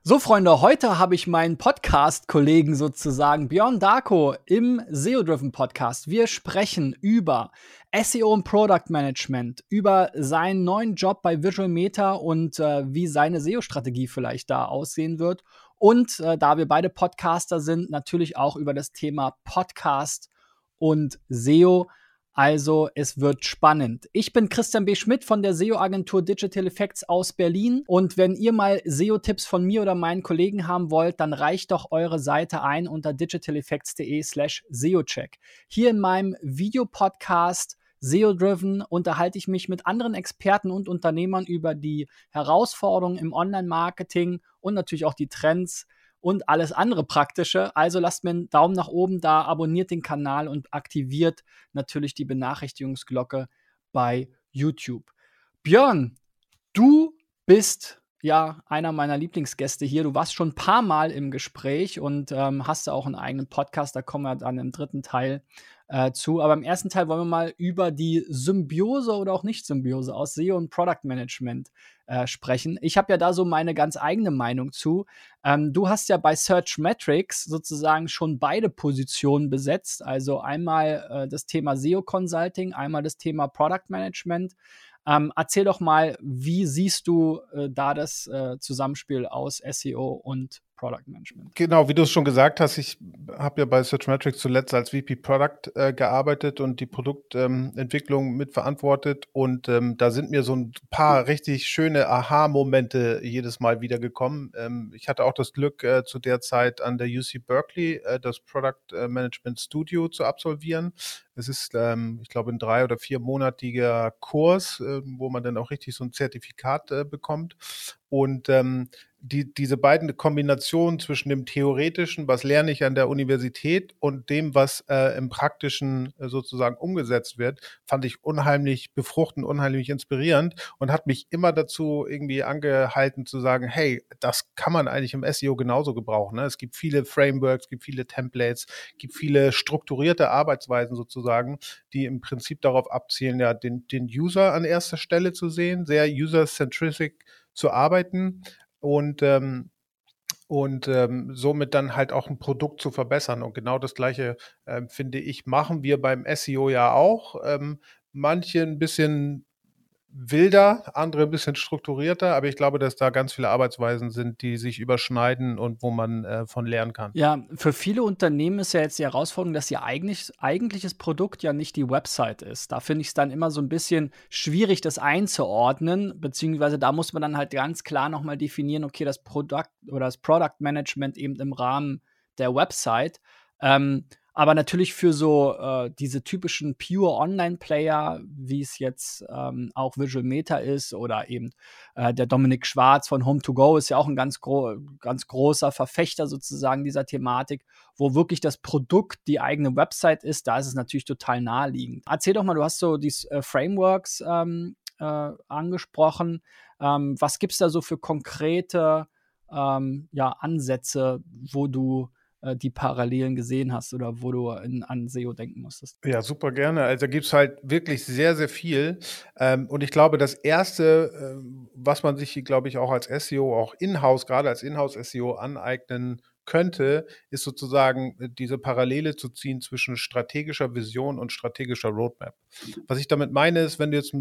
So, Freunde, heute habe ich meinen Podcast-Kollegen sozusagen, Björn Darko, im SEO-Driven Podcast. Wir sprechen über SEO und Product Management, über seinen neuen Job bei Visual Meta und wie seine SEO-Strategie vielleicht da aussehen wird. Und da wir beide Podcaster sind, natürlich auch über das Thema Podcast und SEO. Also, es wird spannend. Ich bin Christian B. Schmidt von der SEO-Agentur Digital Effects aus Berlin. Und wenn ihr mal SEO-Tipps von mir oder meinen Kollegen haben wollt, dann reicht doch eure Seite ein unter digitaleffects.de/SEOcheck. Hier in meinem Videopodcast SEO-Driven unterhalte ich mich mit anderen Experten und Unternehmern über die Herausforderungen im Online-Marketing und natürlich auch die Trends und alles andere Praktische. Also lasst mir einen Daumen nach oben da, abonniert den Kanal und aktiviert natürlich die Benachrichtigungsglocke bei YouTube. Björn, du bist ja einer meiner Lieblingsgäste hier. Du warst schon ein paar Mal im Gespräch und hast ja auch einen eigenen Podcast. Da kommen wir dann im dritten Teil zu. Aber im ersten Teil wollen wir mal über die Symbiose oder auch Nicht-Symbiose aus SEO und Product Management sprechen. Ich habe ja da so meine ganz eigene Meinung zu. Du hast ja bei Searchmetrics sozusagen schon beide Positionen besetzt. Also einmal das Thema SEO-Consulting, einmal das Thema Product Management. Erzähl doch mal, wie siehst du da das Zusammenspiel aus SEO und Product Management? Genau, wie du es schon gesagt hast, ich habe ja bei Searchmetrics zuletzt als VP Product gearbeitet und die Produktentwicklung mitverantwortet. Und da sind mir so ein paar richtig schöne Aha-Momente jedes Mal wieder gekommen. Ich hatte auch das Glück, zu der Zeit an der UC Berkeley das Product Management Studio zu absolvieren. Es ist, ich glaube, ein 3- oder 4-monatiger Kurs, wo man dann auch richtig so ein Zertifikat bekommt. Und diese beiden Kombinationen zwischen dem Theoretischen, was lerne ich an der Universität, und dem, was im Praktischen sozusagen umgesetzt wird, fand ich unheimlich befruchtend, unheimlich inspirierend und hat mich immer dazu irgendwie angehalten zu sagen, hey, das kann man eigentlich im SEO genauso gebrauchen. Ne? Es gibt viele Frameworks, es gibt viele Templates, es gibt viele strukturierte Arbeitsweisen sozusagen, die im Prinzip darauf abzielen, ja, den User an erster Stelle zu sehen, sehr user-centric zu arbeiten und somit dann halt auch ein Produkt zu verbessern. Und genau das Gleiche, finde ich, machen wir beim SEO ja auch. Manche ein bisschen wilder, andere ein bisschen strukturierter, aber ich glaube, dass da ganz viele Arbeitsweisen sind, die sich überschneiden und wo man von lernen kann. Ja, für viele Unternehmen ist ja jetzt die Herausforderung, dass ihr eigentliches Produkt ja nicht die Website ist. Da finde ich es dann immer so ein bisschen schwierig, das einzuordnen, beziehungsweise da muss man dann halt ganz klar noch mal definieren, okay, das Produkt oder das Product Management eben im Rahmen der Website. Aber natürlich für so diese typischen Pure Online-Player, wie es jetzt auch Visual Meta ist oder eben der Dominik Schwarz von Home2Go ist ja auch ein ganz großer Verfechter sozusagen dieser Thematik, wo wirklich das Produkt die eigene Website ist. Da ist es natürlich total naheliegend. Erzähl doch mal, du hast so die Frameworks angesprochen. Was gibt's da so für konkrete Ansätze, wo du die Parallelen gesehen hast oder wo du an SEO denken musstest? Ja, super gerne. Also, da gibt's halt wirklich sehr, sehr viel. Und ich glaube, das Erste, was man sich, glaube ich, auch als SEO, auch in-house, gerade als Inhouse-SEO aneignen könnte, ist sozusagen diese Parallele zu ziehen zwischen strategischer Vision und strategischer Roadmap. Was ich damit meine, ist, wenn du jetzt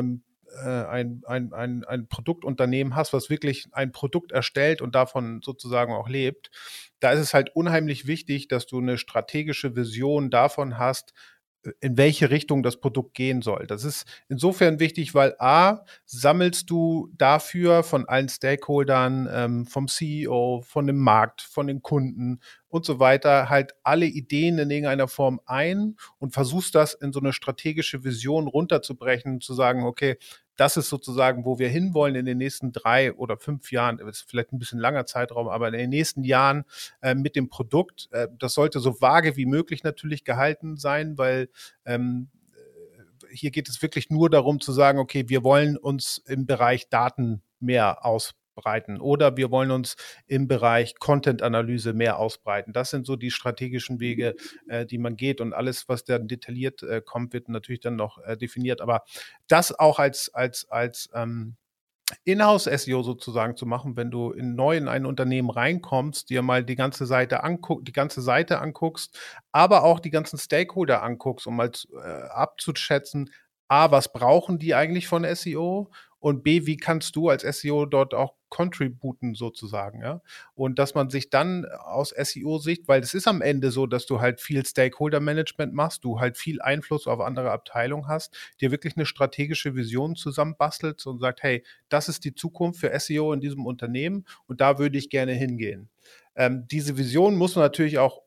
ein Produktunternehmen hast, was wirklich ein Produkt erstellt und davon sozusagen auch lebt, da ist es halt unheimlich wichtig, dass du eine strategische Vision davon hast, in welche Richtung das Produkt gehen soll. Das ist insofern wichtig, weil A, sammelst du dafür von allen Stakeholdern, vom CEO, von dem Markt, von den Kunden und so weiter halt alle Ideen in irgendeiner Form ein und versuchst das in so eine strategische Vision runterzubrechen, zu sagen, okay, das ist sozusagen, wo wir hinwollen in den nächsten 3 oder 5 Jahren. Das ist vielleicht ein bisschen langer Zeitraum, aber in den nächsten Jahren mit dem Produkt. Das sollte so vage wie möglich natürlich gehalten sein, weil hier geht es wirklich nur darum zu sagen, okay, wir wollen uns im Bereich Daten mehr ausbreiten oder wir wollen uns im Bereich Content-Analyse mehr ausbreiten. Das sind so die strategischen Wege, die man geht, und alles, was dann detailliert kommt, wird natürlich dann noch definiert. Aber das auch als Inhouse-SEO sozusagen zu machen, wenn du neu in ein Unternehmen reinkommst, dir mal die ganze Seite anguckst, aber auch die ganzen Stakeholder anguckst, um mal abzuschätzen, A, was brauchen die eigentlich von SEO? Und B, wie kannst du als SEO dort auch contributen sozusagen, ja? Und dass man sich dann aus SEO-Sicht, weil es ist am Ende so, dass du halt viel Stakeholder-Management machst, du halt viel Einfluss auf andere Abteilungen hast, dir wirklich eine strategische Vision zusammenbastelst und sagt, hey, das ist die Zukunft für SEO in diesem Unternehmen und da würde ich gerne hingehen. Diese Vision muss natürlich auch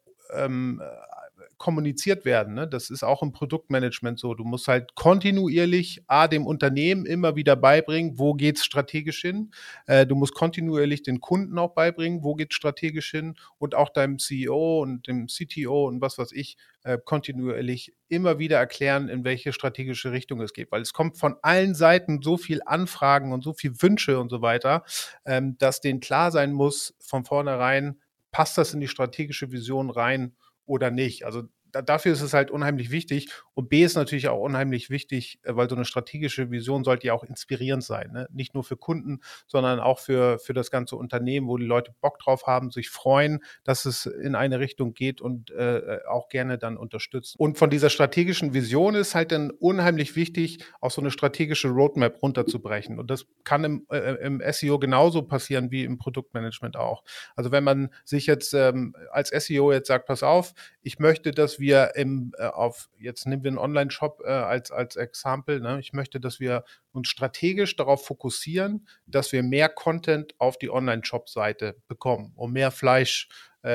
kommuniziert werden. Ne? Das ist auch im Produktmanagement so. Du musst halt kontinuierlich dem Unternehmen immer wieder beibringen, wo geht es strategisch hin. Du musst kontinuierlich den Kunden auch beibringen, wo geht es strategisch hin und auch deinem CEO und dem CTO und was weiß ich, kontinuierlich immer wieder erklären, in welche strategische Richtung es geht. Weil es kommt von allen Seiten so viel Anfragen und so viel Wünsche und so weiter, dass denen klar sein muss, von vornherein, passt das in die strategische Vision rein oder nicht. Also dafür ist es halt unheimlich wichtig. Und B ist natürlich auch unheimlich wichtig, weil so eine strategische Vision sollte ja auch inspirierend sein. Ne? Nicht nur für Kunden, sondern auch für das ganze Unternehmen, wo die Leute Bock drauf haben, sich freuen, dass es in eine Richtung geht und auch gerne dann unterstützen. Und von dieser strategischen Vision ist halt dann unheimlich wichtig, auch so eine strategische Roadmap runterzubrechen. Und das kann im SEO genauso passieren wie im Produktmanagement auch. Also wenn man sich jetzt als SEO jetzt sagt, pass auf, ich möchte, dass wir jetzt nehmen wir einen Online-Shop als Exempel, ne? Ich möchte, dass wir uns strategisch darauf fokussieren, dass wir mehr Content auf die Online-Shop-Seite bekommen, um mehr Fleisch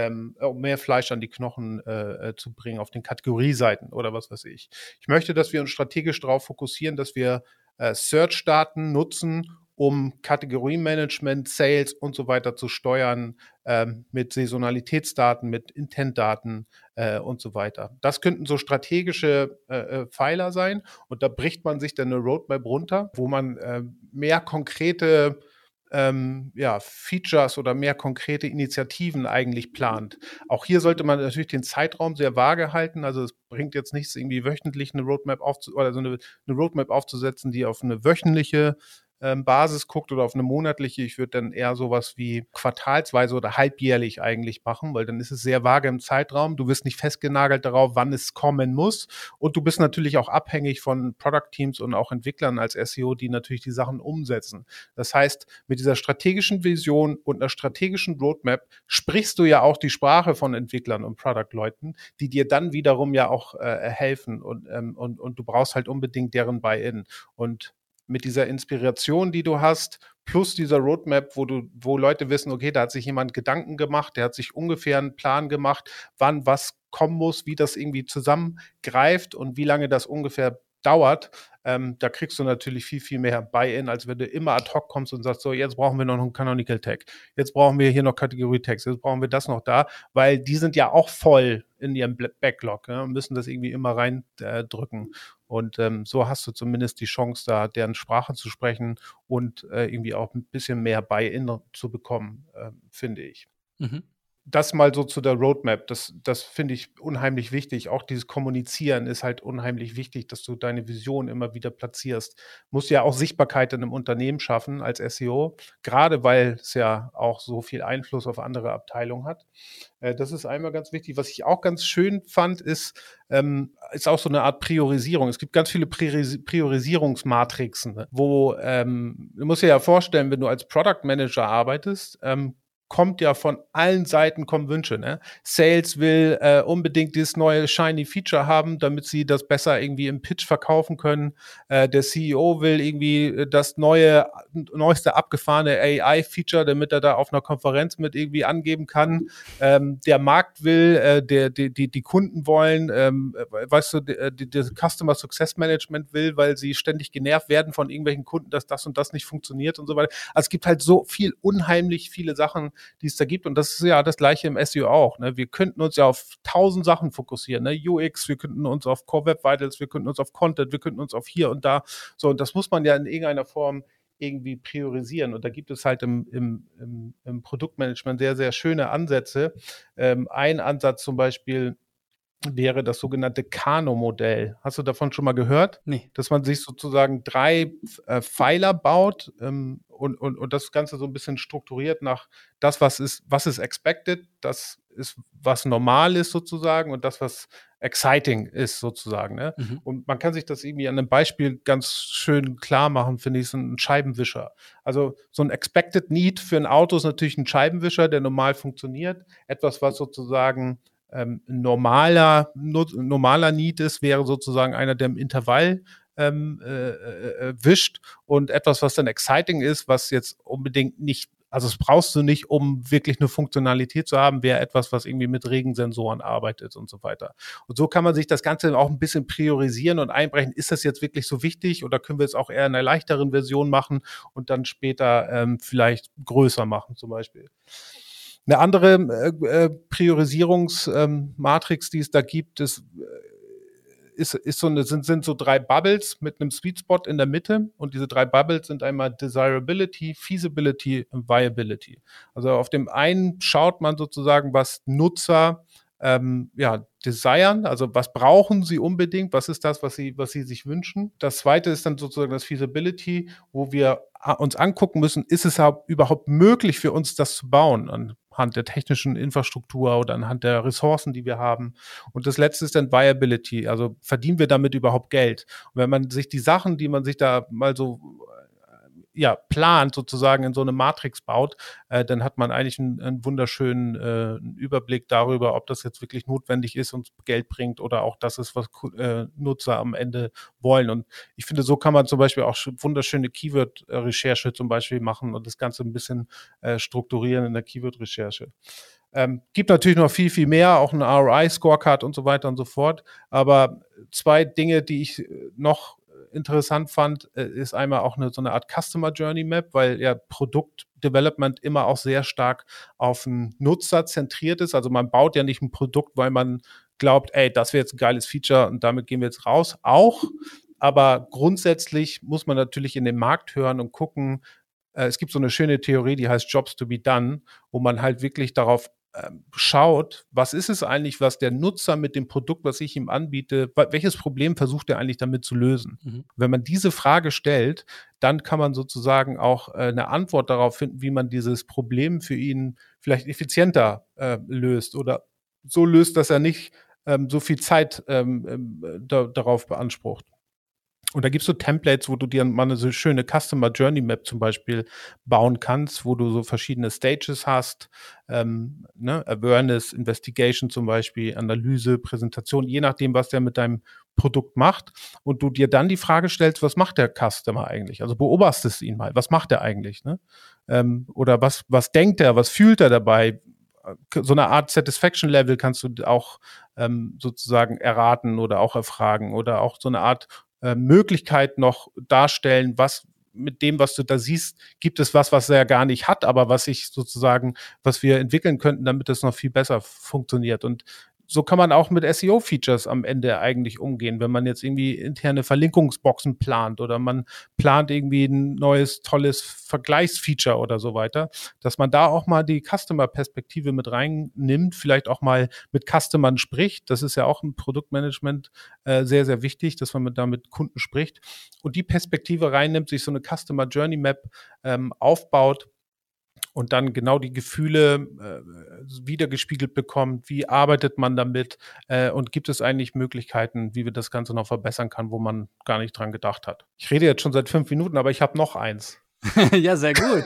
an die Knochen zu bringen, auf den Kategorieseiten oder was weiß ich. Ich möchte, dass wir uns strategisch darauf fokussieren, dass wir Search-Daten nutzen, um Kategoriemanagement, Sales und so weiter zu steuern, mit Saisonalitätsdaten, mit Intentdaten und so weiter. Das könnten so strategische Pfeiler sein und da bricht man sich dann eine Roadmap runter, wo man mehr konkrete Features oder mehr konkrete Initiativen eigentlich plant. Auch hier sollte man natürlich den Zeitraum sehr vage halten. Also es bringt jetzt nichts, irgendwie wöchentlich eine Roadmap eine Roadmap aufzusetzen, die auf eine wöchentliche Basis guckt oder auf eine monatliche. Ich würde dann eher sowas wie quartalsweise oder halbjährlich eigentlich machen, weil dann ist es sehr vage im Zeitraum. Du wirst nicht festgenagelt darauf, wann es kommen muss. Und du bist natürlich auch abhängig von Product Teams und auch Entwicklern als SEO, die natürlich die Sachen umsetzen. Das heißt, mit dieser strategischen Vision und einer strategischen Roadmap sprichst du ja auch die Sprache von Entwicklern und Product-Leuten, die dir dann wiederum ja auch helfen und du brauchst halt unbedingt deren Buy-in. Und mit dieser Inspiration, die du hast, plus dieser Roadmap, wo Leute wissen, okay, da hat sich jemand Gedanken gemacht, der hat sich ungefähr einen Plan gemacht, wann was kommen muss, wie das irgendwie zusammengreift und wie lange das ungefähr dauert, da kriegst du natürlich viel, viel mehr Buy-in, als wenn du immer ad hoc kommst und sagst, so, jetzt brauchen wir noch einen Canonical Tag, jetzt brauchen wir hier noch Kategorie-Tags, jetzt brauchen wir das noch da, weil die sind ja auch voll in ihrem Backlog, und müssen das irgendwie immer reindrücken. Und so hast du zumindest die Chance, da deren Sprache zu sprechen und irgendwie auch ein bisschen mehr Buy-in zu bekommen, finde ich. Mhm. Das mal so zu der Roadmap, das finde ich unheimlich wichtig. Auch dieses Kommunizieren ist halt unheimlich wichtig, dass du deine Vision immer wieder platzierst. Musst ja auch Sichtbarkeit in einem Unternehmen schaffen als SEO, gerade weil es ja auch so viel Einfluss auf andere Abteilungen hat. Das ist einmal ganz wichtig. Was ich auch ganz schön fand, ist auch so eine Art Priorisierung. Es gibt ganz viele Priorisierungsmatrixen, ne? Wo du musst dir ja vorstellen, wenn du als Product Manager arbeitest, kommt ja von allen Seiten kommen Wünsche. Ne? Sales will unbedingt dieses neue shiny Feature haben, damit sie das besser irgendwie im Pitch verkaufen können. Der CEO will irgendwie das neueste abgefahrene AI-Feature, damit er da auf einer Konferenz mit irgendwie angeben kann. Der Markt will, die Kunden wollen, weißt du, das Customer Success Management will, weil sie ständig genervt werden von irgendwelchen Kunden, dass das und das nicht funktioniert und so weiter. Also es gibt halt so unheimlich viele Sachen, die es da gibt. Und das ist ja das Gleiche im SEO auch. Ne? Wir könnten uns ja auf 1000 Sachen fokussieren. Ne? UX, wir könnten uns auf Core Web Vitals, wir könnten uns auf Content, wir könnten uns auf hier und da. So, und das muss man ja in irgendeiner Form irgendwie priorisieren. Und da gibt es halt im Produktmanagement sehr, sehr schöne Ansätze. Ein Ansatz zum Beispiel wäre das sogenannte Kano-Modell. Hast du davon schon mal gehört? Nee. Dass man sich sozusagen 3 Pfeiler baut, und das Ganze so ein bisschen strukturiert nach das, was ist expected, das ist, was normal ist sozusagen und das, was exciting ist sozusagen. Ne? Mhm. Und man kann sich das irgendwie an einem Beispiel ganz schön klar machen, finde ich, so ein Scheibenwischer. Also so ein expected need für ein Auto ist natürlich ein Scheibenwischer, der normal funktioniert. Etwas, was sozusagen normaler Need ist, wäre sozusagen einer, der im Intervall wischt, und etwas, was dann exciting ist, was jetzt unbedingt nicht, also es brauchst du nicht, um wirklich eine Funktionalität zu haben, wäre etwas, was irgendwie mit Regensensoren arbeitet und so weiter. Und so kann man sich das Ganze auch ein bisschen priorisieren und einbrechen. Ist das jetzt wirklich so wichtig oder können wir es auch eher in einer leichteren Version machen und dann später vielleicht größer machen zum Beispiel? Eine andere Priorisierungsmatrix, die es da gibt, sind so 3 Bubbles mit einem Sweet Spot in der Mitte, und diese 3 Bubbles sind einmal Desirability, Feasibility und Viability. Also auf dem einen schaut man sozusagen, was Nutzer desiren, also was brauchen sie unbedingt, was ist das, was sie sich wünschen. Das zweite ist dann sozusagen das Feasibility, wo wir uns angucken müssen, ist es überhaupt möglich für uns, das zu bauen anhand der technischen Infrastruktur oder anhand der Ressourcen, die wir haben. Und das letzte ist dann Viability, also verdienen wir damit überhaupt Geld? Und wenn man sich die Sachen, die man sich da mal so plant, sozusagen in so eine Matrix baut, dann hat man eigentlich einen wunderschönen Überblick darüber, ob das jetzt wirklich notwendig ist und Geld bringt oder auch das ist, was Nutzer am Ende wollen. Und ich finde, so kann man zum Beispiel auch wunderschöne Keyword-Recherche zum Beispiel machen und das Ganze ein bisschen strukturieren in der Keyword-Recherche. Gibt natürlich noch viel, viel mehr, auch eine ROI-Scorecard und so weiter und so fort. Aber 2 Dinge, die ich noch interessant fand, ist einmal auch so eine Art Customer Journey Map, weil ja Produktdevelopment immer auch sehr stark auf den Nutzer zentriert ist. Also man baut ja nicht ein Produkt, weil man glaubt, ey, das wäre jetzt ein geiles Feature und damit gehen wir jetzt raus. Auch, aber grundsätzlich muss man natürlich in den Markt hören und gucken. Es gibt so eine schöne Theorie, die heißt Jobs to be done, wo man halt wirklich darauf schaut, was ist es eigentlich, was der Nutzer mit dem Produkt, was ich ihm anbiete, welches Problem versucht er eigentlich damit zu lösen? Mhm. Wenn man diese Frage stellt, dann kann man sozusagen auch eine Antwort darauf finden, wie man dieses Problem für ihn vielleicht effizienter löst oder so löst, dass er nicht so viel Zeit darauf beansprucht. Und da gibt es so Templates, wo du dir mal eine so schöne Customer Journey Map zum Beispiel bauen kannst, wo du so verschiedene Stages hast, Awareness, Investigation zum Beispiel, Analyse, Präsentation, je nachdem, was der mit deinem Produkt macht. Und du dir dann die Frage stellst, was macht der Customer eigentlich? Also beobachtest ihn mal, was macht er eigentlich? Ne? Oder was denkt er, was fühlt er dabei? So eine Art Satisfaction Level kannst du auch sozusagen erraten oder auch erfragen oder auch so eine Art Möglichkeit noch darstellen, was mit dem, was du da siehst, gibt es was er gar nicht hat, aber was wir entwickeln könnten, damit es noch viel besser funktioniert. Und so kann man auch mit SEO-Features am Ende eigentlich umgehen, wenn man jetzt irgendwie interne Verlinkungsboxen plant oder man plant irgendwie ein neues, tolles Vergleichsfeature oder so weiter, dass man da auch mal die Customer-Perspektive mit reinnimmt, vielleicht auch mal mit Customern spricht. Das ist ja auch im Produktmanagement sehr, sehr wichtig, dass man da mit Kunden spricht und die Perspektive reinnimmt, sich so eine Customer Journey Map aufbaut und dann genau die Gefühle wiedergespiegelt bekommt, wie arbeitet man damit und gibt es eigentlich Möglichkeiten, wie wir das Ganze noch verbessern kann, wo man gar nicht dran gedacht hat. Ich rede jetzt schon seit 5 Minuten, aber ich habe noch eins. Ja, sehr gut.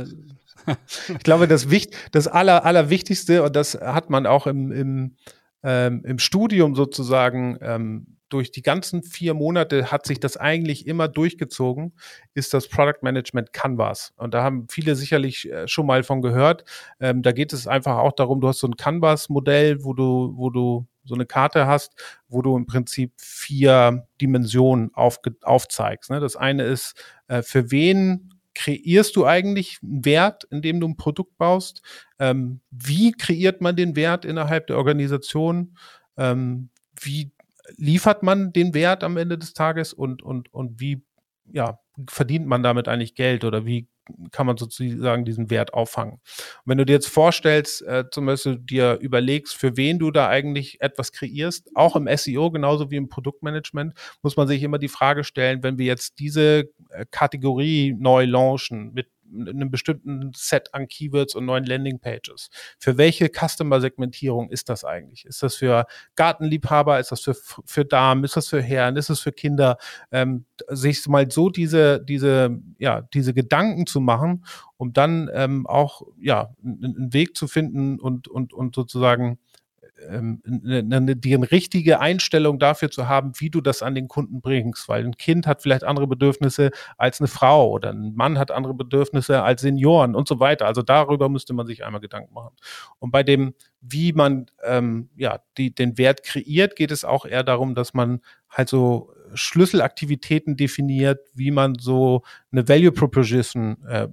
Ich glaube, das Allerwichtigste, und das hat man auch im Studium sozusagen durch die ganzen 4 Monate hat sich das eigentlich immer durchgezogen, ist das Product Management Canvas. Und da haben viele sicherlich schon mal von gehört. Da geht es einfach auch darum, du hast so ein Canvas-Modell, wo du so eine Karte hast, wo du im Prinzip 4 Dimensionen aufzeigst. Ne? Das eine ist, für wen kreierst du eigentlich einen Wert, indem du ein Produkt baust? Wie kreiert man den Wert innerhalb der Organisation? Wie liefert man den Wert am Ende des Tages und wie verdient man damit eigentlich Geld oder wie kann man sozusagen diesen Wert auffangen? Und wenn du dir jetzt vorstellst, zum Beispiel dir überlegst, für wen du da eigentlich etwas kreierst, auch im SEO genauso wie im Produktmanagement, muss man sich immer die Frage stellen, wenn wir jetzt diese Kategorie neu launchen mit einem bestimmten Set an Keywords und neuen Landingpages. Für welche Customer-Segmentierung ist das eigentlich? Ist das für Gartenliebhaber? Ist das für Damen? Ist das für Herren? Ist es für Kinder? Sich mal so diese Gedanken zu machen, um dann auch einen Weg zu finden und sozusagen die richtige Einstellung dafür zu haben, wie du das an den Kunden bringst, weil ein Kind hat vielleicht andere Bedürfnisse als eine Frau oder ein Mann hat andere Bedürfnisse als Senioren und so weiter. Also darüber müsste man sich einmal Gedanken machen. Und bei dem, wie man den Wert kreiert, geht es auch eher darum, dass man halt so Schlüsselaktivitäten definiert, wie man so eine Value Proposition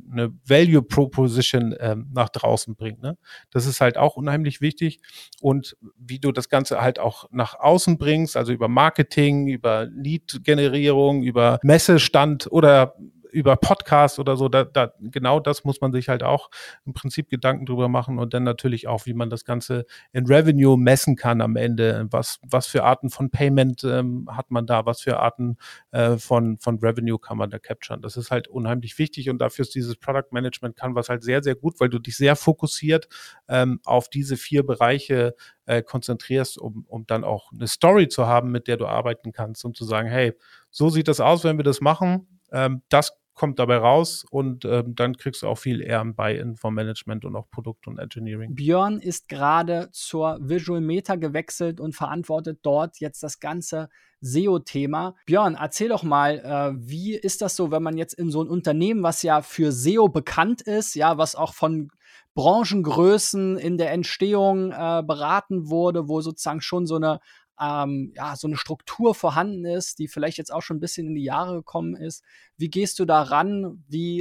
nach draußen bringt. Ne? Das ist halt auch unheimlich wichtig. Und wie du das Ganze halt auch nach außen bringst, also über Marketing, über Lead-Generierung, über Messestand oder über Podcast oder so, genau das muss man sich halt auch im Prinzip Gedanken drüber machen und dann natürlich auch, wie man das Ganze in Revenue messen kann am Ende. Was für Arten von Payment hat man da, was für Arten von Revenue kann man da capturen. Das ist halt unheimlich wichtig und dafür ist dieses Product Management Canvas halt sehr, sehr gut, weil du dich sehr fokussiert auf diese 4 Bereiche konzentrierst, um dann auch eine Story zu haben, mit der du arbeiten kannst, um zu sagen, hey, so sieht das aus, wenn wir das machen. Das kommt dabei raus und dann kriegst du auch viel eher ein Buy-in vom Management und auch Produkt und Engineering. Björn ist gerade zur Visual Meta gewechselt und verantwortet dort jetzt das ganze SEO-Thema. Björn, erzähl doch mal, wie ist das so, wenn man jetzt in so ein Unternehmen, was ja für SEO bekannt ist, ja, was auch von Branchengrößen in der Entstehung beraten wurde, wo sozusagen schon so eine Struktur vorhanden ist, die vielleicht jetzt auch schon ein bisschen in die Jahre gekommen ist. Wie gehst du da ran?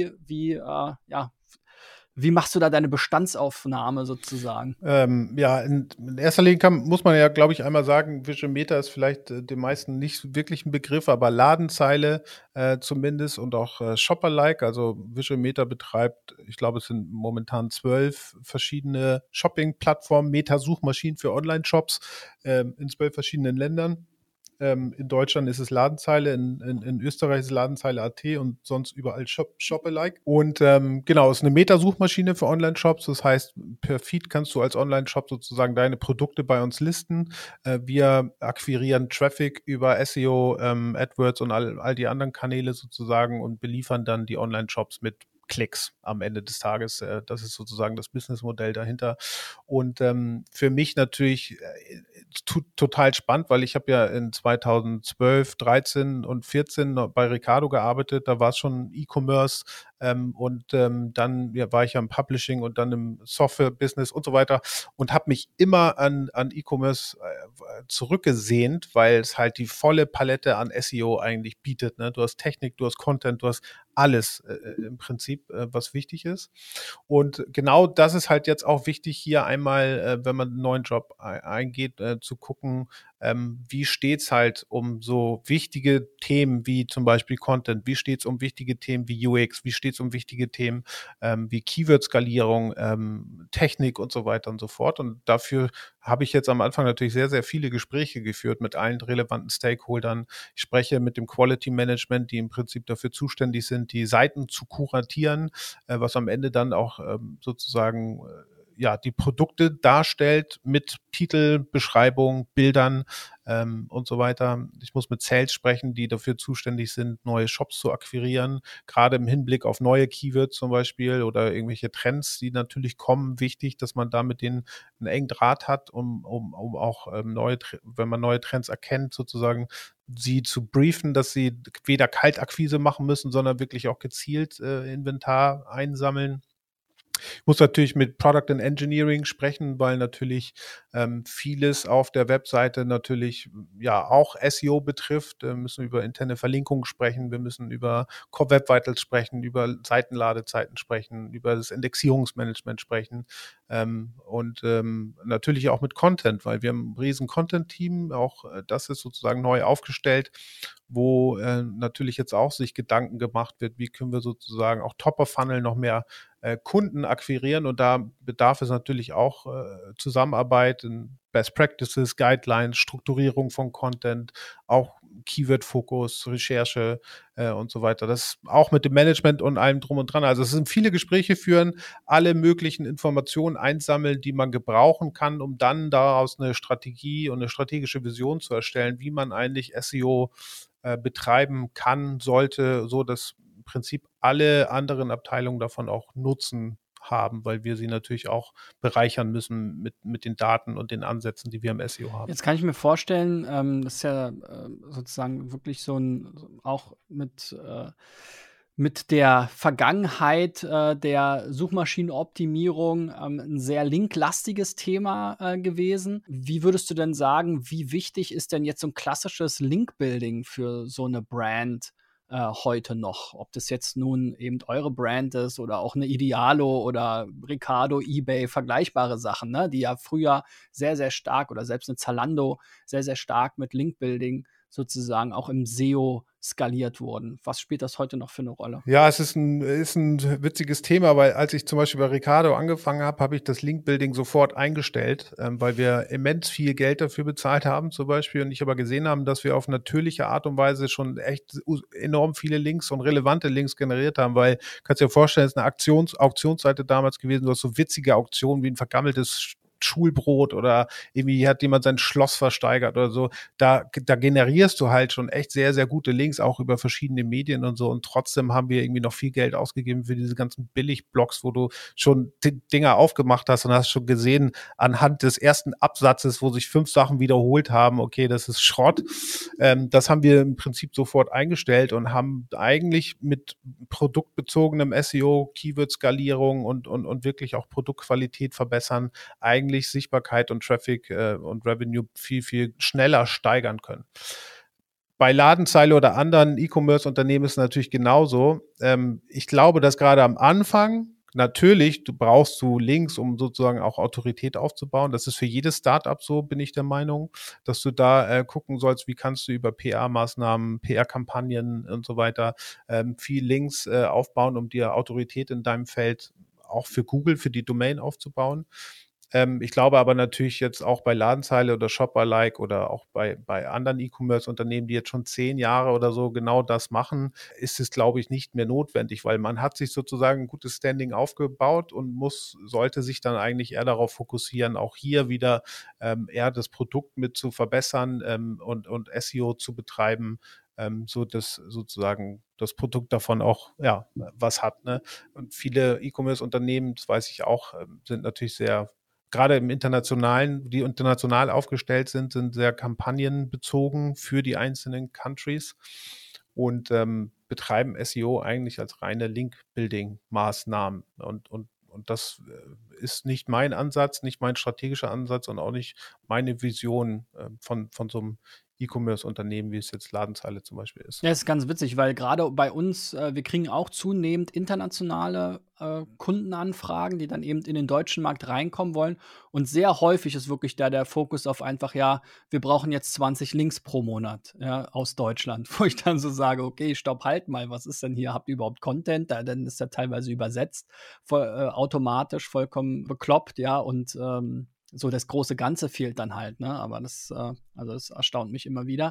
Wie machst du da deine Bestandsaufnahme sozusagen? In erster Linie muss man ja, glaube ich, einmal sagen, Visual Meta ist vielleicht den meisten nicht wirklich ein Begriff, aber Ladenzeile zumindest und auch Shopper-like. Also Visual Meta betreibt, ich glaube, es sind momentan 12 verschiedene Shopping-Plattformen, Meta-Suchmaschinen für Online-Shops in 12 verschiedenen Ländern. In Deutschland ist es Ladenzeile, in Österreich ist es Ladenzeile.at und sonst überall Shop-alike. Und genau, es ist eine Meta-Suchmaschine für Online-Shops. Das heißt, per Feed kannst du als Online-Shop sozusagen deine Produkte bei uns listen. Wir akquirieren Traffic über SEO, AdWords und all die anderen Kanäle sozusagen und beliefern dann die Online-Shops mit Klicks am Ende des Tages. Das ist sozusagen das Businessmodell dahinter. Und für mich natürlich total spannend, weil ich habe ja in 2012, 13 und 14 bei Ricardo gearbeitet. Da war es schon E-Commerce dann war ich ja im Publishing und dann im Software-Business und so weiter und habe mich immer an E-Commerce zurückgesehnt, weil es halt die volle Palette an SEO eigentlich bietet. Ne? Du hast Technik, du hast Content, du hast alles im Prinzip, was wichtig ist. Und genau das ist halt jetzt auch wichtig, hier einmal, wenn man einen neuen Job eingeht, zu gucken, wie steht's halt um so wichtige Themen wie zum Beispiel Content, wie steht's um wichtige Themen wie UX, wie steht's um wichtige Themen wie Keyword-Skalierung, Technik und so weiter und so fort. Und dafür habe ich jetzt am Anfang natürlich sehr, sehr viele Gespräche geführt mit allen relevanten Stakeholdern. Ich spreche mit dem Quality Management, die im Prinzip dafür zuständig sind, die Seiten zu kuratieren, was am Ende dann auch sozusagen die Produkte darstellt mit Titel, Beschreibung, Bildern und so weiter. Ich muss mit Sales sprechen, die dafür zuständig sind, neue Shops zu akquirieren, gerade im Hinblick auf neue Keywords zum Beispiel oder irgendwelche Trends, die natürlich kommen. Wichtig, dass man da mit denen einen engen Draht hat, um auch wenn man neue Trends erkennt, sozusagen sie zu briefen, dass sie weder Kaltakquise machen müssen, sondern wirklich auch gezielt Inventar einsammeln. Ich muss natürlich mit Product and Engineering sprechen, weil natürlich vieles auf der Webseite natürlich ja auch SEO betrifft. Wir müssen über interne Verlinkungen sprechen, wir müssen über Core Web Vitals sprechen, über Seitenladezeiten sprechen, über das Indexierungsmanagement sprechen und natürlich auch mit Content, weil wir haben ein riesen Content-Team, auch das ist sozusagen neu aufgestellt, wo natürlich jetzt auch sich Gedanken gemacht wird, wie können wir sozusagen auch Top-of-Funnel noch mehr Kunden akquirieren und da bedarf es natürlich auch Zusammenarbeit in Best Practices, Guidelines, Strukturierung von Content, auch Keyword-Fokus, Recherche und so weiter. Das auch mit dem Management und allem drum und dran. Also es sind viele Gespräche führen, alle möglichen Informationen einsammeln, die man gebrauchen kann, um dann daraus eine Strategie und eine strategische Vision zu erstellen, wie man eigentlich SEO betreiben kann, sollte, so dass im Prinzip alle anderen Abteilungen davon auch Nutzen haben, weil wir sie natürlich auch bereichern müssen mit den Daten und den Ansätzen, die wir im SEO haben. Jetzt kann ich mir vorstellen, das ist ja sozusagen wirklich auch mit der Vergangenheit der Suchmaschinenoptimierung ein sehr linklastiges Thema gewesen. Wie würdest du denn sagen, wie wichtig ist denn jetzt so ein klassisches Linkbuilding für so eine Brand heute noch? Ob das jetzt nun eben eure Brand ist oder auch eine Idealo oder Ricardo, eBay, vergleichbare Sachen, ne, die ja früher sehr, sehr stark oder selbst eine Zalando sehr, sehr stark mit Linkbuilding sozusagen auch im SEO skaliert wurden. Was spielt das heute noch für eine Rolle? Ja, es ist ein witziges Thema, weil als ich zum Beispiel bei Ricardo angefangen habe, habe ich das Linkbuilding sofort eingestellt, weil wir immens viel Geld dafür bezahlt haben zum Beispiel und ich aber gesehen haben, dass wir auf natürliche Art und Weise schon echt enorm viele Links und relevante Links generiert haben, weil, kannst dir vorstellen, es ist eine Auktionsseite damals gewesen, du hast so witzige Auktionen wie ein vergammeltes Schulbrot oder irgendwie hat jemand sein Schloss versteigert oder so. Da generierst du halt schon echt sehr, sehr gute Links, auch über verschiedene Medien und so. Und trotzdem haben wir irgendwie noch viel Geld ausgegeben für diese ganzen Billig-Blogs, wo du schon Dinger aufgemacht hast und hast schon gesehen, anhand des ersten Absatzes, wo sich 5 Sachen wiederholt haben, okay, das ist Schrott. Das haben wir im Prinzip sofort eingestellt und haben eigentlich mit produktbezogenem SEO, Keyword-Skalierung und wirklich auch Produktqualität verbessern, eigentlich Sichtbarkeit und Traffic und Revenue viel, viel schneller steigern können. Bei Ladenzeile oder anderen E-Commerce-Unternehmen ist es natürlich genauso. Ich glaube, dass gerade am Anfang natürlich, brauchst du Links, um sozusagen auch Autorität aufzubauen. Das ist für jedes Startup so, bin ich der Meinung, dass du da gucken sollst, wie kannst du über PR-Maßnahmen, PR-Kampagnen und so weiter viel Links aufbauen, um dir Autorität in deinem Feld auch für Google, für die Domain aufzubauen. Ich glaube aber natürlich jetzt auch bei Ladenzeile oder Shopper-like oder auch bei anderen E-Commerce-Unternehmen, die jetzt schon 10 Jahre oder so genau das machen, ist es, glaube ich, nicht mehr notwendig, weil man hat sich sozusagen ein gutes Standing aufgebaut und sollte sich dann eigentlich eher darauf fokussieren, auch hier wieder eher das Produkt mit zu verbessern und SEO zu betreiben, so dass sozusagen das Produkt davon auch was hat. Ne? Und viele E-Commerce-Unternehmen, das weiß ich auch, sind natürlich sehr gerade im Internationalen, die international aufgestellt sind sehr kampagnenbezogen für die einzelnen Countries und betreiben SEO eigentlich als reine Link-Building-Maßnahmen. Und das ist nicht mein Ansatz, nicht mein strategischer Ansatz und auch nicht meine Vision von so einem E-Commerce-Unternehmen, wie es jetzt Ladenzeile zum Beispiel ist. Ja, ist ganz witzig, weil gerade bei uns, wir kriegen auch zunehmend internationale Kundenanfragen, die dann eben in den deutschen Markt reinkommen wollen. Und sehr häufig ist wirklich da der Fokus auf einfach, ja, wir brauchen jetzt 20 Links pro Monat, ja, aus Deutschland, wo ich dann so sage, okay, stopp, halt mal, was ist denn hier? Habt ihr überhaupt Content? Dann ist ja teilweise übersetzt, automatisch, vollkommen bekloppt, ja, und so das große Ganze fehlt dann halt, ne? Aber das erstaunt mich immer wieder.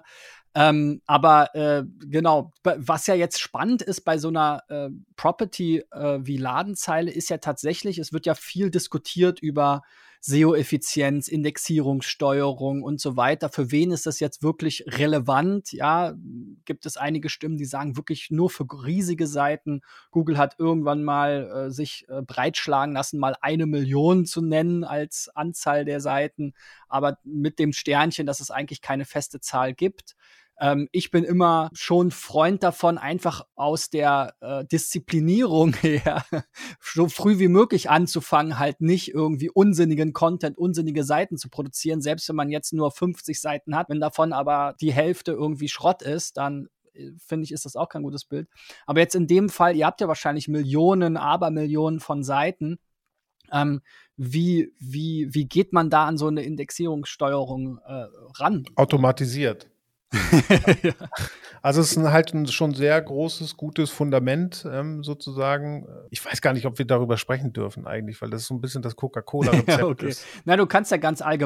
Genau, was ja jetzt spannend ist bei so einer Property wie Ladenzeile, ist ja tatsächlich, es wird ja viel diskutiert über SEO-Effizienz, Indexierungssteuerung und so weiter. Für wen ist das jetzt wirklich relevant? Ja, gibt es einige Stimmen, die sagen, wirklich nur für riesige Seiten. Google hat irgendwann mal sich breitschlagen lassen, mal 1 Million zu nennen als Anzahl der Seiten, aber mit dem Sternchen, dass es eigentlich keine feste Zahl gibt. Ich bin immer schon Freund davon, einfach aus der Disziplinierung her so früh wie möglich anzufangen, halt nicht irgendwie unsinnigen Content, unsinnige Seiten zu produzieren, selbst wenn man jetzt nur 50 Seiten hat. Wenn davon aber die Hälfte irgendwie Schrott ist, dann finde ich, ist das auch kein gutes Bild. Aber jetzt in dem Fall, ihr habt ja wahrscheinlich Millionen, Abermillionen von Seiten. Wie geht man da an so eine Indexierungssteuerung ran? Automatisiert. Ja. Also es ist halt ein schon sehr großes, gutes Fundament, sozusagen. Ich weiß gar nicht, ob wir darüber sprechen dürfen eigentlich, weil das so ein bisschen das Ja, Coca-Cola-Rezept okay. ist. Na, du kannst ja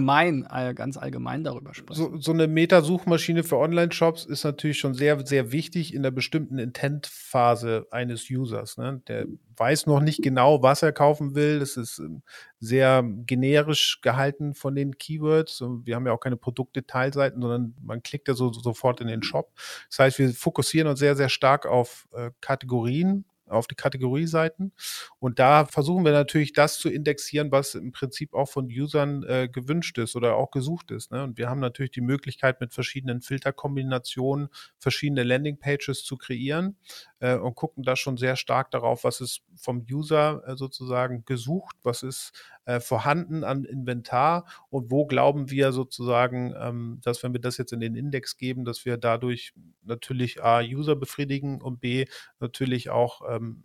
ganz allgemein darüber sprechen. So 'ne Meta-Suchmaschine für Onlineshops ist natürlich schon sehr, sehr wichtig in 'ner bestimmten Intent-Phase eines Users, ne? Der weiß noch nicht genau, was er kaufen will. Das ist, sehr generisch gehalten von den Keywords. Und wir haben ja auch keine Produktdetailseiten, sondern man klickt ja sofort in den Shop. Das heißt, wir fokussieren uns sehr, sehr stark auf, Kategorien, auf die Kategorieseiten. Und da versuchen wir natürlich das zu indexieren, was im Prinzip auch von Usern, gewünscht ist oder auch gesucht ist, ne? Und wir haben natürlich die Möglichkeit, mit verschiedenen Filterkombinationen verschiedene Landingpages zu kreieren, und gucken da schon sehr stark darauf, was ist vom User, sozusagen gesucht, was ist, vorhanden an Inventar und wo glauben wir sozusagen, dass wenn wir das jetzt in den Index geben, dass wir dadurch natürlich A, User befriedigen und B, natürlich auch,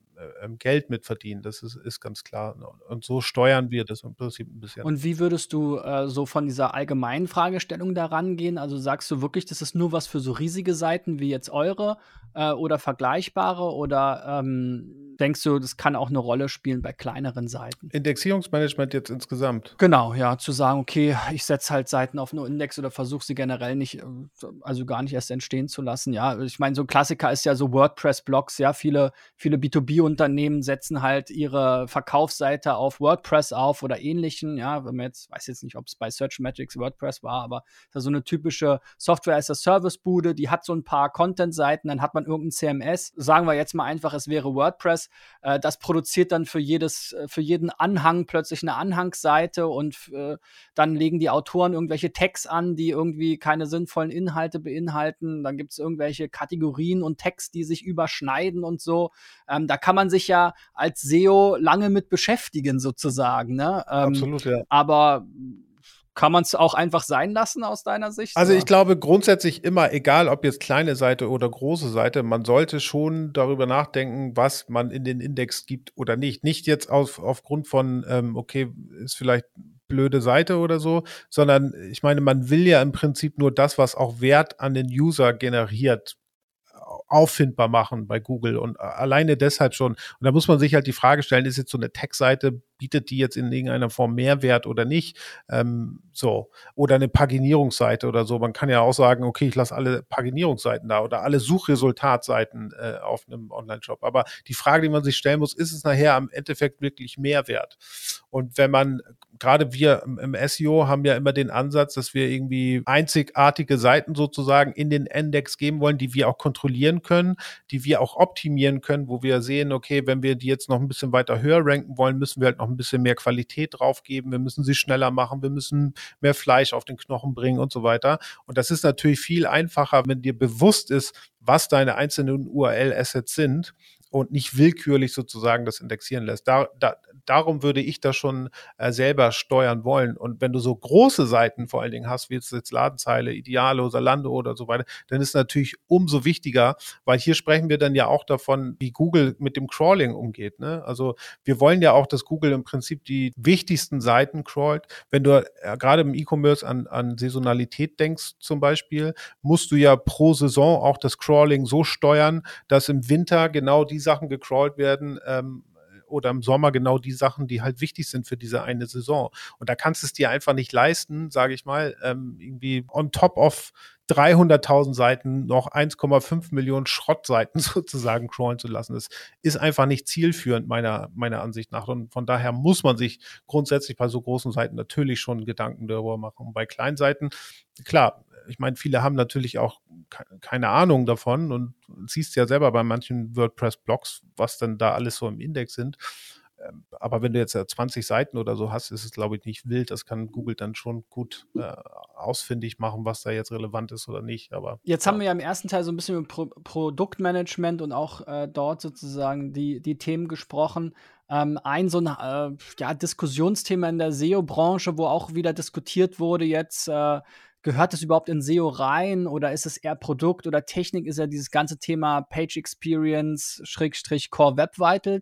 Geld mitverdienen. Das ist ganz klar. Und so steuern wir das im Prinzip ein bisschen. Und wie würdest du, so von dieser allgemeinen Fragestellung da rangehen? Also, sagst du wirklich, das ist nur was für so riesige Seiten wie jetzt eure, oder vergleichbare oder, denkst du, das kann auch eine Rolle spielen bei kleineren Seiten? Indexierungsmanagement jetzt insgesamt. Genau, ja, zu sagen: „Okay, ich setze halt Seiten auf 'n Index oder versuche sie generell nicht, also, gar nicht erst entstehen zu lassen.“ Ja, ich meine, so 'n Klassiker ist ja so WordPress-Blogs, ja. Viele B2B-Unternehmen setzen halt ihre Verkaufsseite auf WordPress auf oder Ähnlichen, ja. Wenn man jetzt weiß jetzt nicht, ob's bei Searchmetrics WordPress war, aber ist ja so 'ne typische Software-as-a-Service-Bude, die hat so 'n paar Content-Seiten, dann hat man irgend 'n CMS. Sagen wir jetzt mal einfach, es wäre WordPress. Das produziert dann für jeden Anhang plötzlich eine Anhangsseite und dann legen die Autoren irgendwelche Tags an, die irgendwie keine sinnvollen Inhalte beinhalten. Dann gibt es irgendwelche Kategorien und Tags, die sich überschneiden und so. Da kann man sich ja als SEO lange mit beschäftigen sozusagen, ne? Absolut, ja. Aber kann man es auch einfach sein lassen aus deiner Sicht, Also, ich oder? glaube grundsätzlich immer, egal ob jetzt kleine Seite oder große Seite, man sollte schon darüber nachdenken, was man in den Index gibt oder nicht. Nicht jetzt aufgrund von, okay, ist vielleicht blöde Seite oder so, sondern ich meine, man will ja im Prinzip nur das, was auch Wert an den User generiert, auffindbar machen bei Google und alleine deshalb schon. Und da muss man sich halt die Frage stellen, ist jetzt so eine Tech-Seite, bietet die jetzt in irgendeiner Form Mehrwert oder nicht? So. Oder eine Paginierungsseite oder so. Man kann ja auch sagen, okay, ich lasse alle Paginierungsseiten da oder alle Suchresultatseiten auf einem Online-Shop. Aber die Frage, die man sich stellen muss, ist es nachher am Endeffekt wirklich Mehrwert? Und wenn man, gerade wir im SEO haben ja immer den Ansatz, dass wir irgendwie einzigartige Seiten sozusagen in den Index geben wollen, die wir auch kontrollieren können, die wir auch optimieren können, wo wir sehen, okay, wenn wir die jetzt noch ein bisschen weiter höher ranken wollen, müssen wir halt noch ein bisschen mehr Qualität draufgeben, wir müssen sie schneller machen, wir müssen mehr Fleisch auf den Knochen bringen und so weiter. Und das ist natürlich viel einfacher, wenn dir bewusst ist, was deine einzelnen URL-Assets sind und nicht willkürlich sozusagen das indexieren lässt. Darum würde ich das schon selber steuern wollen. Und wenn du so große Seiten vor allen Dingen hast, wie jetzt Ladenzeile, Idealo, Zalando oder so weiter, dann ist natürlich umso wichtiger, weil hier sprechen wir dann ja auch davon, wie Google mit dem Crawling umgeht, ne? Also wir wollen ja auch, dass Google im Prinzip die wichtigsten Seiten crawlt. Wenn du gerade im E-Commerce an Saisonalität denkst zum Beispiel, musst du ja pro Saison auch das Crawling so steuern, dass im Winter genau die Sachen gecrawlt werden, oder im Sommer genau die Sachen, die halt wichtig sind für diese eine Saison. Und da kannst du es dir einfach nicht leisten, sage ich mal, irgendwie on top of 300.000 Seiten noch 1,5 Millionen Schrottseiten sozusagen crawlen zu lassen. Das ist einfach nicht zielführend meiner Ansicht nach. Und von daher muss man sich grundsätzlich bei so großen Seiten natürlich schon Gedanken darüber machen. Und bei kleinen Seiten, klar, ich meine, viele haben natürlich auch keine Ahnung davon und siehst ja selber bei manchen WordPress-Blogs, was denn da alles so im Index sind. Aber wenn du jetzt ja 20 Seiten oder so hast, ist es, glaube ich, nicht wild. Das kann Google dann schon gut ausfindig machen, was da jetzt relevant ist oder nicht. Aber Jetzt haben ja. wir ja im ersten Teil so ein bisschen über Produktmanagement und auch, dort sozusagen die Themen gesprochen. Ein so 'n, ja, Diskussionsthema in der SEO-Branche, wo auch wieder diskutiert wurde jetzt, gehört das überhaupt in SEO rein oder ist es eher Produkt oder Technik, ist ja dieses ganze Thema Page Experience Schrägstrich Core Web Vitals.